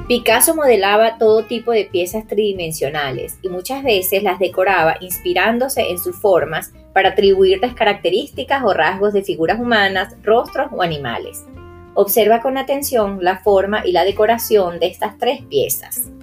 Picasso modelaba todo tipo de piezas tridimensionales y muchas veces las decoraba inspirándose en sus formas para atribuirles características o rasgos de figuras humanas, rostros o animales. Observa con atención la forma y la decoración de estas tres piezas.